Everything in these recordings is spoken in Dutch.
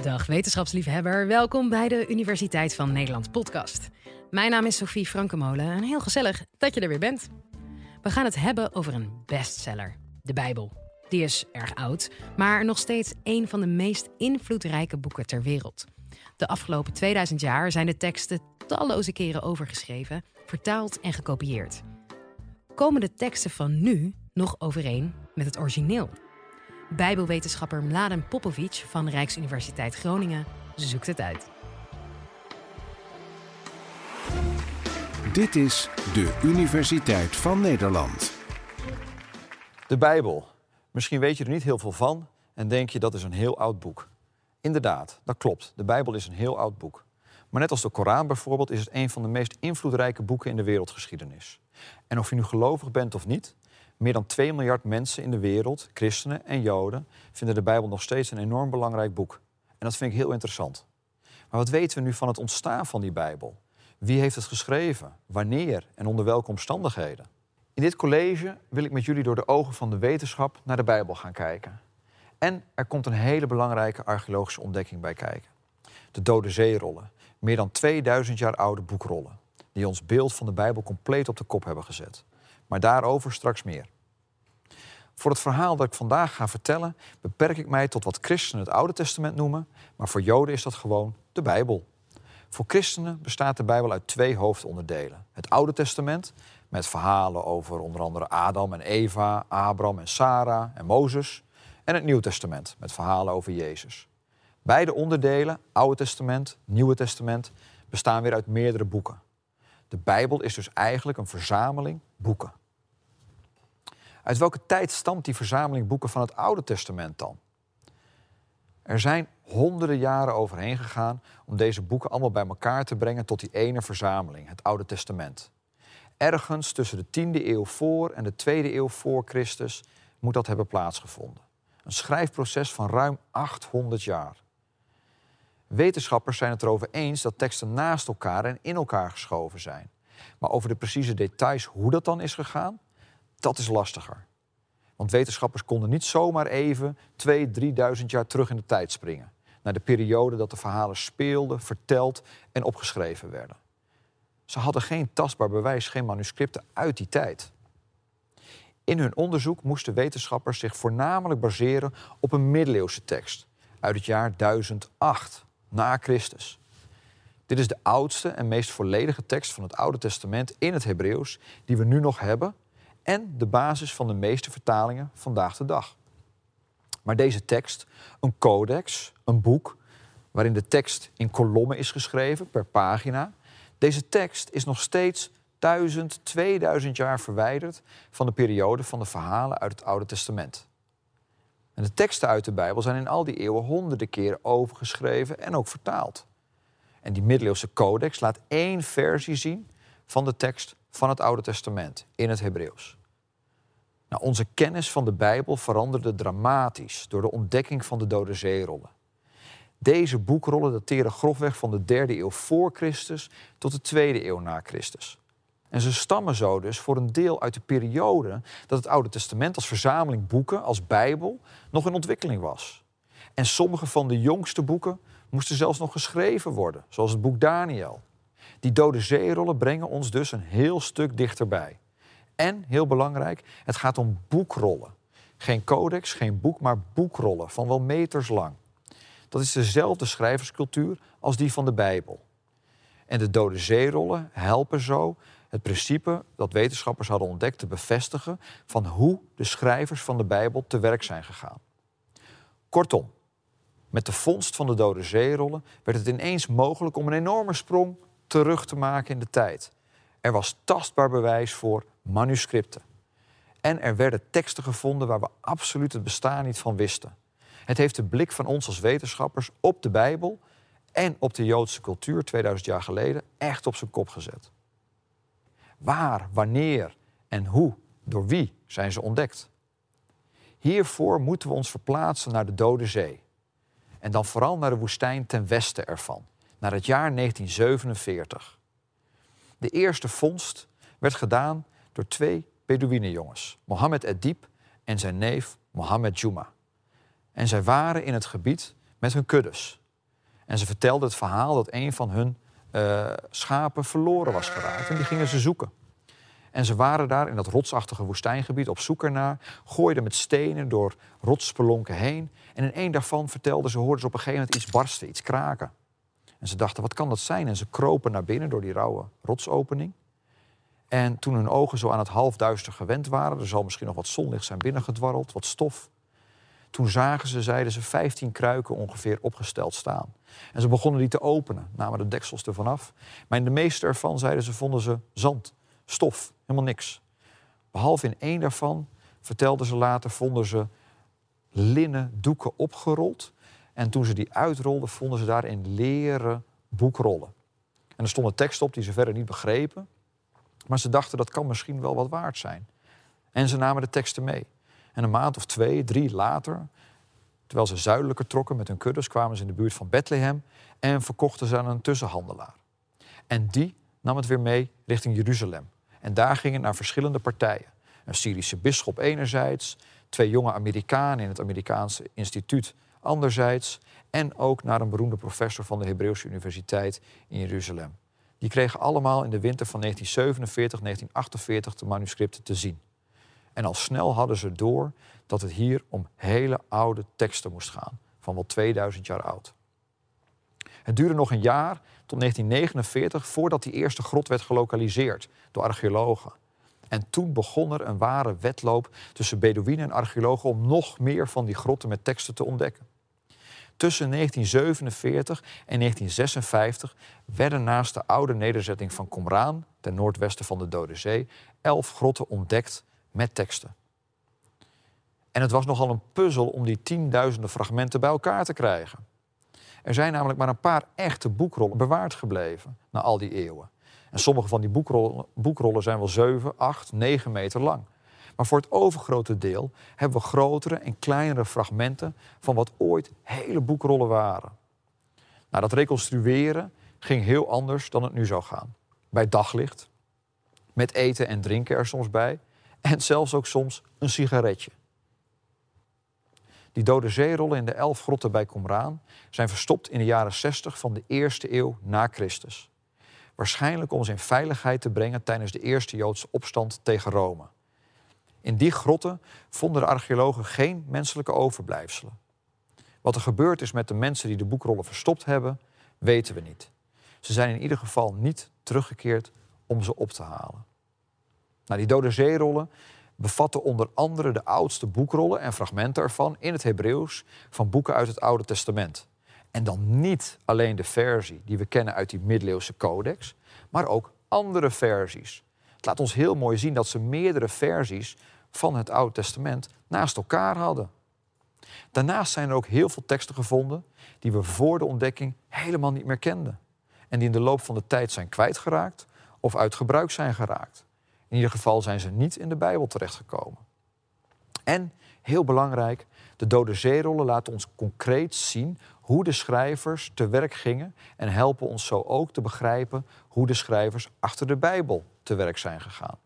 Dag wetenschapsliefhebber, welkom bij de Universiteit van Nederland podcast. Mijn naam is Sophie Frankemolen en heel gezellig dat je er weer bent. We gaan het hebben over een bestseller, de Bijbel. Die is erg oud, maar nog steeds een van de meest invloedrijke boeken ter wereld. De afgelopen 2000 jaar zijn de teksten talloze keren overgeschreven, vertaald en gekopieerd. Komen de teksten van nu nog overeen met het origineel? Bijbelwetenschapper Mladen Popovic van Rijksuniversiteit Groningen zoekt het uit. Dit is de Universiteit van Nederland. De Bijbel. Misschien weet je er niet heel veel van en denk je dat is een heel oud boek. Inderdaad, dat klopt. De Bijbel is een heel oud boek. Maar net als de Koran bijvoorbeeld is het een van de meest invloedrijke boeken in de wereldgeschiedenis. En of je nu gelovig bent of niet, meer dan 2 miljard mensen in de wereld, christenen en joden, vinden de Bijbel nog steeds een enorm belangrijk boek. En dat vind ik heel interessant. Maar wat weten we nu van het ontstaan van die Bijbel? Wie heeft het geschreven? Wanneer en onder welke omstandigheden? In dit college wil ik met jullie door de ogen van de wetenschap naar de Bijbel gaan kijken. En er komt een hele belangrijke archeologische ontdekking bij kijken. De Dode Zeerollen, meer dan 2000 jaar oude boekrollen, die ons beeld van de Bijbel compleet op de kop hebben gezet. Maar daarover straks meer. Voor het verhaal dat ik vandaag ga vertellen, beperk ik mij tot wat christenen het Oude Testament noemen, maar voor Joden is dat gewoon de Bijbel. Voor christenen bestaat de Bijbel uit 2 hoofdonderdelen. Het Oude Testament, met verhalen over onder andere Adam en Eva, Abraham en Sarah en Mozes. En het Nieuw Testament, met verhalen over Jezus. Beide onderdelen, Oude Testament, Nieuwe Testament, bestaan weer uit meerdere boeken. De Bijbel is dus eigenlijk een verzameling boeken. Uit welke tijd stamt die verzameling boeken van het Oude Testament dan? Er zijn honderden jaren overheen gegaan om deze boeken allemaal bij elkaar te brengen tot die ene verzameling, het Oude Testament. Ergens tussen de 10e eeuw voor en de 2e eeuw voor Christus moet dat hebben plaatsgevonden. Een schrijfproces van ruim 800 jaar. Wetenschappers zijn het erover eens dat teksten naast elkaar en in elkaar geschoven zijn. Maar over de precieze details hoe dat dan is gegaan, dat is lastiger. Want wetenschappers konden niet zomaar even 2.000-3.000 jaar terug in de tijd springen. Naar de periode dat de verhalen speelden, verteld en opgeschreven werden. Ze hadden geen tastbaar bewijs, geen manuscripten uit die tijd. In hun onderzoek moesten wetenschappers zich voornamelijk baseren op een middeleeuwse tekst uit het jaar 1008 na Christus. Dit is de oudste en meest volledige tekst van het Oude Testament in het Hebreeuws die we nu nog hebben en de basis van de meeste vertalingen vandaag de dag. Maar deze tekst, een codex, een boek waarin de tekst in kolommen is geschreven per pagina, deze tekst is nog steeds 2000 jaar verwijderd van de periode van de verhalen uit het Oude Testament. En de teksten uit de Bijbel zijn in al die eeuwen honderden keren overgeschreven en ook vertaald. En die middeleeuwse codex laat 1 versie zien van de tekst van het Oude Testament in het Hebreeuws. Nou, onze kennis van de Bijbel veranderde dramatisch door de ontdekking van de Dode Zeerollen. Deze boekrollen dateren grofweg van de 3e eeuw voor Christus tot de 2e eeuw na Christus. En ze stammen zo dus voor een deel uit de periode dat het Oude Testament als verzameling boeken, als Bijbel, nog in ontwikkeling was. En sommige van de jongste boeken moesten zelfs nog geschreven worden, zoals het boek Daniël. Die Dode Zeerollen brengen ons dus een heel stuk dichterbij. En, heel belangrijk, het gaat om boekrollen. Geen codex, geen boek, maar boekrollen van wel meters lang. Dat is dezelfde schrijverscultuur als die van de Bijbel. En de Dode Zeerollen helpen zo het principe dat wetenschappers hadden ontdekt te bevestigen van hoe de schrijvers van de Bijbel te werk zijn gegaan. Kortom, met de vondst van de Dode Zeerollen werd het ineens mogelijk om een enorme sprong terug te maken in de tijd. Er was tastbaar bewijs voor manuscripten. En er werden teksten gevonden waar we absoluut het bestaan niet van wisten. Het heeft de blik van ons als wetenschappers op de Bijbel en op de Joodse cultuur 2000 jaar geleden echt op zijn kop gezet. Waar, wanneer en hoe, door wie zijn ze ontdekt? Hiervoor moeten we ons verplaatsen naar de Dode Zee. En dan vooral naar de woestijn ten westen ervan, naar het jaar 1947. De eerste vondst werd gedaan door 2 Bedouinenjongens, Mohammed Eddiep en zijn neef Mohammed Juma. En zij waren in het gebied met hun kuddes. En ze vertelden het verhaal dat een van hun schapen verloren was geraakt. En die gingen ze zoeken. En ze waren daar in dat rotsachtige woestijngebied op zoek ernaar. Gooiden met stenen door rotsspelonken heen. En in één daarvan hoorden ze op een gegeven moment iets barsten, iets kraken. En ze dachten, wat kan dat zijn? En ze kropen naar binnen door die rauwe rotsopening. En toen hun ogen zo aan het halfduister gewend waren... er zal misschien nog wat zonlicht zijn binnengedwarreld, wat stof. Toen zagen ze, zeiden ze, 15 kruiken ongeveer opgesteld staan. En ze begonnen die te openen, namen de deksels ervan af. Maar in de meeste ervan, zeiden ze, vonden ze zand, stof, helemaal niks. Behalve in één daarvan, vertelden ze later, vonden ze linnen doeken opgerold. En toen ze die uitrolden, vonden ze daarin leren boekrollen. En er stond een tekst op die ze verder niet begrepen. Maar ze dachten, dat kan misschien wel wat waard zijn. En ze namen de teksten mee. En een maand of 2, 3 later, terwijl ze zuidelijker trokken met hun kuddes, kwamen ze in de buurt van Bethlehem en verkochten ze aan een tussenhandelaar. En die nam het weer mee richting Jeruzalem. En daar gingen naar verschillende partijen. Een Syrische bisschop enerzijds, 2 jonge Amerikanen in het Amerikaanse instituut anderzijds, en ook naar een beroemde professor van de Hebreeuwse Universiteit in Jeruzalem. Die kregen allemaal in de winter van 1947, 1948 de manuscripten te zien. En al snel hadden ze door dat het hier om hele oude teksten moest gaan, van wel 2000 jaar oud. Het duurde nog een jaar, tot 1949, voordat die eerste grot werd gelokaliseerd door archeologen. En toen begon er een ware wedloop tussen Bedoeïenen en archeologen om nog meer van die grotten met teksten te ontdekken. Tussen 1947 en 1956 werden naast de oude nederzetting van Qumran, ten noordwesten van de Dode Zee, 11 grotten ontdekt met teksten. En het was nogal een puzzel om die tienduizenden fragmenten bij elkaar te krijgen. Er zijn namelijk maar een paar echte boekrollen bewaard gebleven na al die eeuwen. En sommige van die boekrollen zijn wel 7, 8, 9 meter lang. Maar voor het overgrote deel hebben we grotere en kleinere fragmenten van wat ooit hele boekrollen waren. Nou, dat reconstrueren ging heel anders dan het nu zou gaan. Bij daglicht, met eten en drinken er soms bij en zelfs ook soms een sigaretje. Die Dode Zeerollen in de 11 grotten bij Qumran zijn verstopt in de jaren 60 van de 1e eeuw na Christus. Waarschijnlijk om ze in veiligheid te brengen tijdens de eerste Joodse opstand tegen Rome. In die grotten vonden de archeologen geen menselijke overblijfselen. Wat er gebeurd is met de mensen die de boekrollen verstopt hebben, weten we niet. Ze zijn in ieder geval niet teruggekeerd om ze op te halen. Nou, die Dode Zeerollen bevatten onder andere de oudste boekrollen en fragmenten ervan in het Hebreeuws van boeken uit het Oude Testament. En dan niet alleen de versie die we kennen uit die middeleeuwse codex, maar ook andere versies. Het laat ons heel mooi zien dat ze meerdere versies van het Oude Testament naast elkaar hadden. Daarnaast zijn er ook heel veel teksten gevonden die we voor de ontdekking helemaal niet meer kenden. En die in de loop van de tijd zijn kwijtgeraakt of uit gebruik zijn geraakt. In ieder geval zijn ze niet in de Bijbel terechtgekomen. En, heel belangrijk, de Dode Zeerollen laten ons concreet zien hoe de schrijvers te werk gingen en helpen ons zo ook te begrijpen hoe de schrijvers achter de Bijbel te werk zijn gegaan.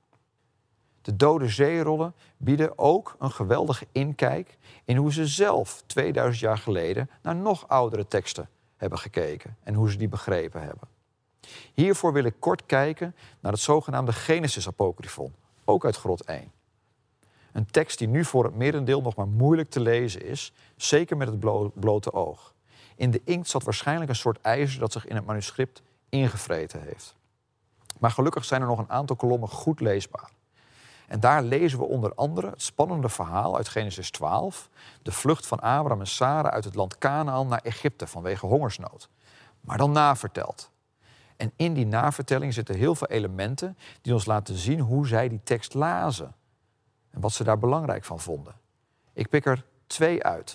De Dode Zeerollen bieden ook een geweldige inkijk in hoe ze zelf 2000 jaar geleden naar nog oudere teksten hebben gekeken en hoe ze die begrepen hebben. Hiervoor wil ik kort kijken naar het zogenaamde Genesis-apocryfon, ook uit grot 1. Een tekst die nu voor het merendeel nog maar moeilijk te lezen is, zeker met het blote oog. In de inkt zat waarschijnlijk een soort ijzer dat zich in het manuscript ingevreten heeft. Maar gelukkig zijn er nog een aantal kolommen goed leesbaar. En daar lezen we onder andere het spannende verhaal uit Genesis 12... de vlucht van Abraham en Sara uit het land Kanaan naar Egypte vanwege hongersnood. Maar dan naverteld. En in die navertelling zitten heel veel elementen die ons laten zien hoe zij die tekst lazen. En wat ze daar belangrijk van vonden. Ik pik er 2 uit.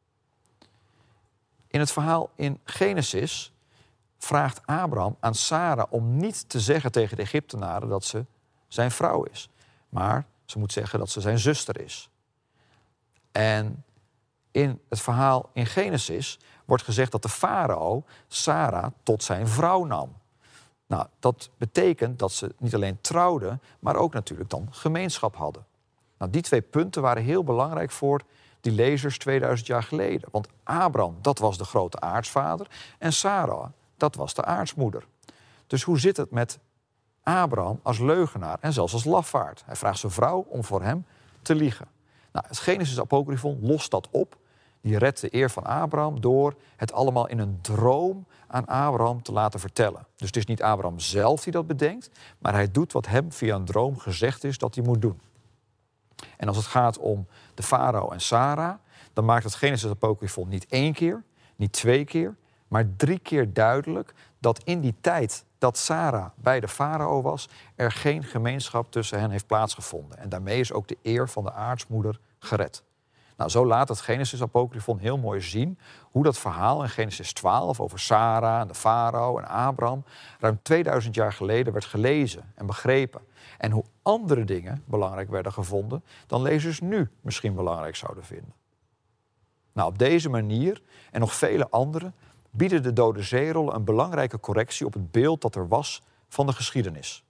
In het verhaal in Genesis vraagt Abraham aan Sara om niet te zeggen tegen de Egyptenaren dat ze zijn vrouw is. Maar ze moet zeggen dat ze zijn zuster is. En in het verhaal in Genesis wordt gezegd dat de farao Sara tot zijn vrouw nam. Nou, dat betekent dat ze niet alleen trouwden, maar ook natuurlijk dan gemeenschap hadden. Nou, die 2 punten waren heel belangrijk voor die lezers 2000 jaar geleden. Want Abraham, dat was de grote aartsvader. En Sarah, dat was de aartsmoeder. Dus hoe zit het met Abraham als leugenaar en zelfs als lafaard? Hij vraagt zijn vrouw om voor hem te liegen. Nou, het Genesis-apocryphon lost dat op. Die redt de eer van Abraham door het allemaal in een droom aan Abraham te laten vertellen. Dus het is niet Abraham zelf die dat bedenkt, maar hij doet wat hem via een droom gezegd is dat hij moet doen. En als het gaat om de farao en Sarah, dan maakt het Genesis-apocryphon niet 1 keer, niet 2 keer, maar 3 keer duidelijk dat in die tijd dat Sarah bij de farao was, er geen gemeenschap tussen hen heeft plaatsgevonden. En daarmee is ook de eer van de aartsmoeder gered. Nou, zo laat het Genesis-apocryphon heel mooi zien hoe dat verhaal in Genesis 12 over Sarah en de farao en Abraham ruim 2000 jaar geleden werd gelezen en begrepen. En hoe andere dingen belangrijk werden gevonden dan lezers nu misschien belangrijk zouden vinden. Nou, op deze manier en nog vele andere bieden de Dode Zeerollen een belangrijke correctie op het beeld dat er was van de geschiedenis.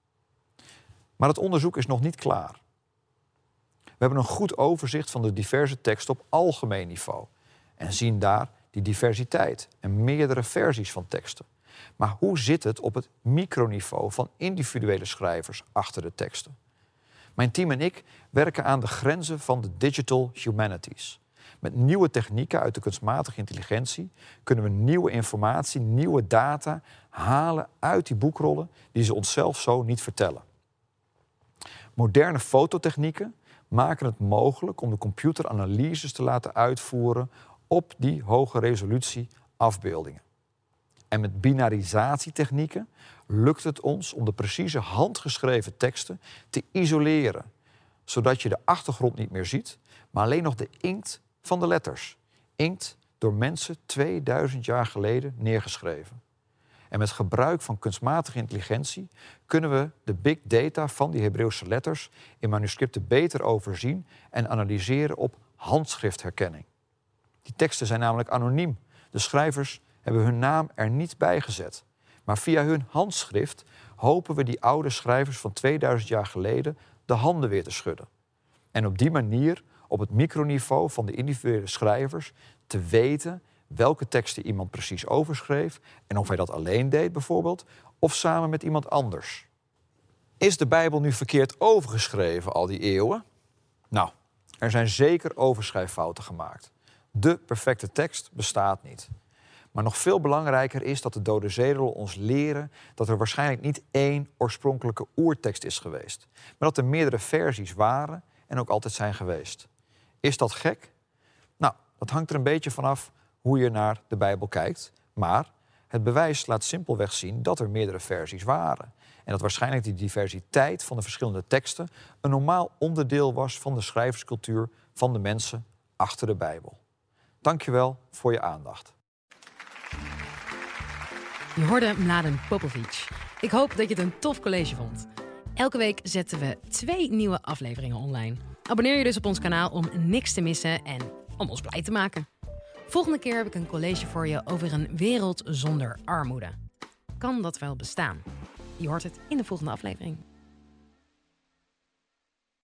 Maar het onderzoek is nog niet klaar. We hebben een goed overzicht van de diverse teksten op algemeen niveau en zien daar die diversiteit en meerdere versies van teksten. Maar hoe zit het op het microniveau van individuele schrijvers achter de teksten? Mijn team en ik werken aan de grenzen van de digital humanities. Met nieuwe technieken uit de kunstmatige intelligentie kunnen we nieuwe informatie, nieuwe data halen uit die boekrollen die ze onszelf zo niet vertellen. Moderne fototechnieken maken het mogelijk om de computer analyses te laten uitvoeren op die hoge resolutie afbeeldingen. En met binarisatietechnieken lukt het ons om de precieze handgeschreven teksten te isoleren, zodat je de achtergrond niet meer ziet, maar alleen nog de inkt van de letters. Inkt door mensen 2000 jaar geleden neergeschreven. En met gebruik van kunstmatige intelligentie kunnen we de big data van die Hebreeuwse letters in manuscripten beter overzien en analyseren op handschriftherkenning. Die teksten zijn namelijk anoniem. De schrijvers hebben hun naam er niet bij gezet. Maar via hun handschrift hopen we die oude schrijvers van 2000 jaar geleden de handen weer te schudden. En op die manier, op het microniveau van de individuele schrijvers, te weten welke teksten iemand precies overschreef en of hij dat alleen deed bijvoorbeeld, of samen met iemand anders. Is de Bijbel nu verkeerd overgeschreven al die eeuwen? Nou, er zijn zeker overschrijffouten gemaakt. De perfecte tekst bestaat niet. Maar nog veel belangrijker is dat de Dode Zeerollen ons leren dat er waarschijnlijk niet 1 oorspronkelijke oertekst is geweest, maar dat er meerdere versies waren en ook altijd zijn geweest. Is dat gek? Nou, dat hangt er een beetje vanaf hoe je naar de Bijbel kijkt. Maar het bewijs laat simpelweg zien dat er meerdere versies waren. En dat waarschijnlijk die diversiteit van de verschillende teksten een normaal onderdeel was van de schrijverscultuur van de mensen achter de Bijbel. Dankjewel voor je aandacht. Je hoorde Mladen Popovic. Ik hoop dat je het een tof college vond. Elke week zetten we 2 nieuwe afleveringen online. Abonneer je dus op ons kanaal om niks te missen en om ons blij te maken. Volgende keer heb ik een college voor je over een wereld zonder armoede. Kan dat wel bestaan? Je hoort het in de volgende aflevering.